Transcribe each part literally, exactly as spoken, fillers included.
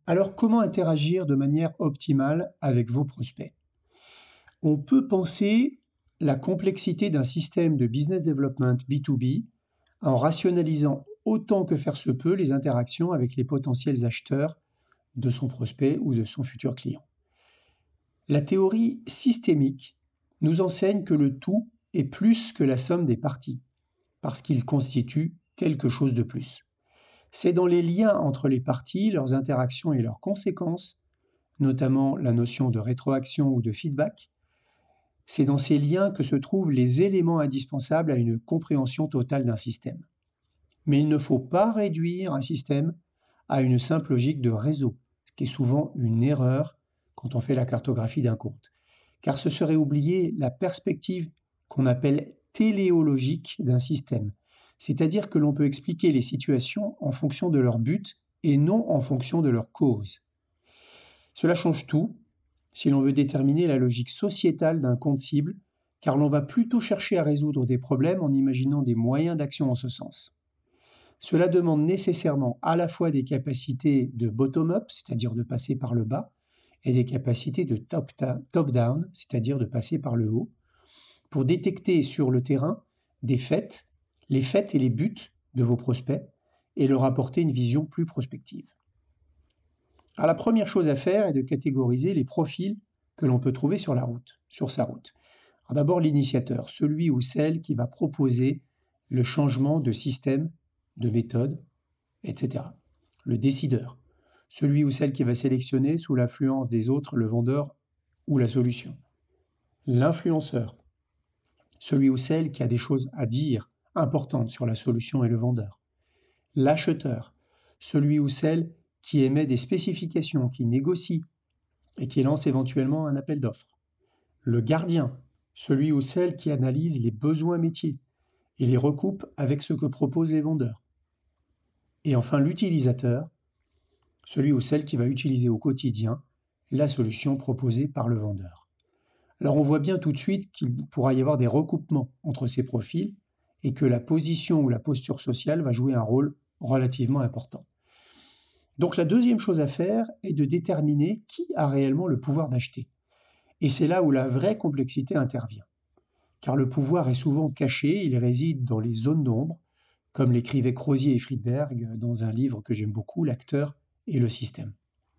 Alors, comment interagir de manière optimale avec vos prospects? On peut penser la complexité d'un système de business development B deux B en rationalisant autant que faire se peut les interactions avec les potentiels acheteurs de son prospect ou de son futur client. La théorie systémique nous enseigne que le tout est plus que la somme des parties, parce qu'il constitue quelque chose de plus. C'est dans les liens entre les parties, leurs interactions et leurs conséquences, notamment la notion de rétroaction ou de feedback, c'est dans ces liens que se trouvent les éléments indispensables à une compréhension totale d'un système. Mais il ne faut pas réduire un système à une simple logique de réseau, ce qui est souvent une erreur quand on fait la cartographie d'un compte, car ce serait oublier la perspective qu'on appelle téléologique d'un système, c'est-à-dire que l'on peut expliquer les situations en fonction de leur but et non en fonction de leur cause. Cela change tout si l'on veut déterminer la logique sociétale d'un compte cible, car l'on va plutôt chercher à résoudre des problèmes en imaginant des moyens d'action en ce sens. Cela demande nécessairement à la fois des capacités de bottom-up, c'est-à-dire de passer par le bas, et des capacités de top-down, c'est-à-dire de passer par le haut, pour détecter sur le terrain des faits, les faits et les buts de vos prospects, et leur apporter une vision plus prospective. Alors, la première chose à faire est de catégoriser les profils que l'on peut trouver sur la route, sur sa route. Alors, d'abord, l'initiateur, celui ou celle qui va proposer le changement de système, de méthode, et cetera. Le décideur, celui ou celle qui va sélectionner sous l'influence des autres le vendeur ou la solution. L'influenceur, celui ou celle qui a des choses à dire importantes sur la solution et le vendeur. L'acheteur, celui ou celle qui émet des spécifications, qui négocie et qui lance éventuellement un appel d'offres. Le gardien, celui ou celle qui analyse les besoins métiers et les recoupe avec ce que proposent les vendeurs. Et enfin l'utilisateur, celui ou celle qui va utiliser au quotidien la solution proposée par le vendeur. Alors on voit bien tout de suite qu'il pourra y avoir des recoupements entre ces profils et que la position ou la posture sociale va jouer un rôle relativement important. Donc la deuxième chose à faire est de déterminer qui a réellement le pouvoir d'acheter. Et c'est là où la vraie complexité intervient. Car le pouvoir est souvent caché, il réside dans les zones d'ombre, comme l'écrivaient Crozier et Friedberg dans un livre que j'aime beaucoup, L'acteur et le système.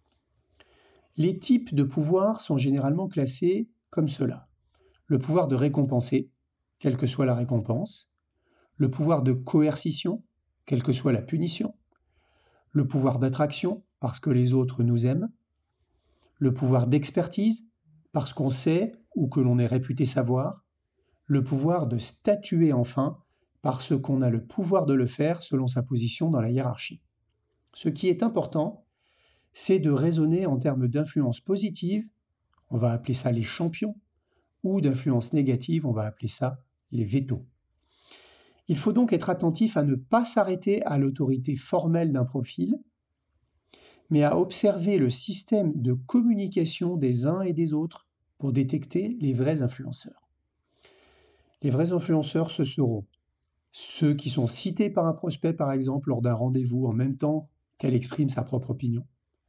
Les types de pouvoir sont généralement classés comme cela. Le pouvoir de récompenser, quelle que soit la récompense. Le pouvoir de coercition, quelle que soit la punition. Le pouvoir d'attraction, parce que les autres nous aiment. Le pouvoir d'expertise, parce qu'on sait ou que l'on est réputé savoir. Le pouvoir de statuer enfin, parce qu'on a le pouvoir de le faire selon sa position dans la hiérarchie. Ce qui est important, c'est de raisonner en termes d'influence positive, on va appeler ça les champions, ou d'influence négative, on va appeler ça les vétos. Il faut donc être attentif à ne pas s'arrêter à l'autorité formelle d'un profil, mais à observer le système de communication des uns et des autres pour détecter les vrais influenceurs. Les vrais influenceurs, ce seront ceux qui sont cités par un prospect, par exemple, lors d'un rendez-vous en même temps qu'elle exprime sa propre opinion.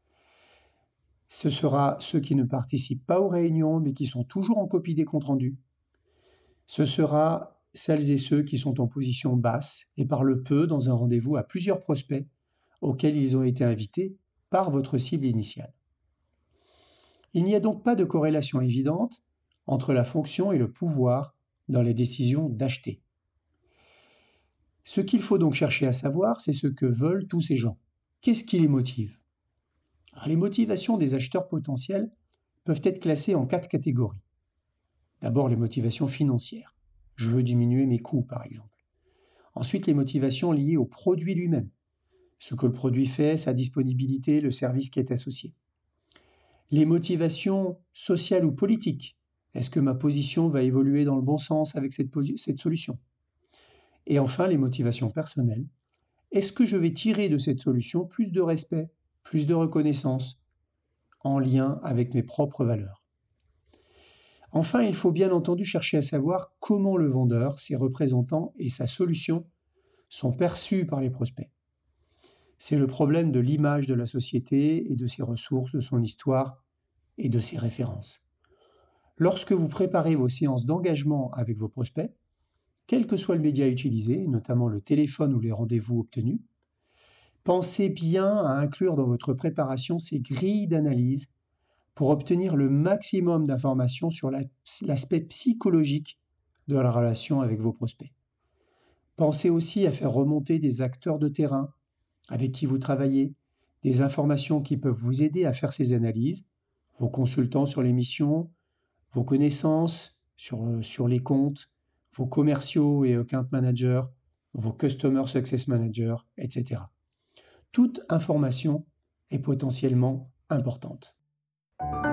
Ce sera ceux qui ne participent pas aux réunions, mais qui sont toujours en copie des comptes rendus. Ce sera celles et ceux qui sont en position basse et parlent peu dans un rendez-vous à plusieurs prospects auxquels ils ont été invités par votre cible initiale. Il n'y a donc pas de corrélation évidente entre la fonction et le pouvoir dans les décisions d'acheter. Ce qu'il faut donc chercher à savoir, c'est ce que veulent tous ces gens. Qu'est-ce qui les motive ? Alors, les motivations des acheteurs potentiels peuvent être classées en quatre catégories. D'abord, les motivations financières. Je veux diminuer mes coûts, par exemple. Ensuite, les motivations liées au produit lui-même. Ce que le produit fait, sa disponibilité, le service qui est associé. Les motivations sociales ou politiques. Est-ce que ma position va évoluer dans le bon sens avec cette, cette solution ? Et enfin, les motivations personnelles. Est-ce que je vais tirer de cette solution plus de respect, plus de reconnaissance, en lien avec mes propres valeurs ? Enfin, il faut bien entendu chercher à savoir comment le vendeur, ses représentants et sa solution sont perçus par les prospects. C'est le problème de l'image de la société et de ses ressources, de son histoire et de ses références. Lorsque vous préparez vos séances d'engagement avec vos prospects, quel que soit le média utilisé, notamment le téléphone ou les rendez-vous obtenus, pensez bien à inclure dans votre préparation ces grilles d'analyse pour obtenir le maximum d'informations sur la- l'aspect psychologique de la relation avec vos prospects. Pensez aussi à faire remonter des acteurs de terrain avec qui vous travaillez, des informations qui peuvent vous aider à faire ces analyses, vos consultants sur les missions, vos connaissances sur, euh, sur les comptes, vos commerciaux et account managers, vos customer success managers, et cetera. Toute information est potentiellement importante.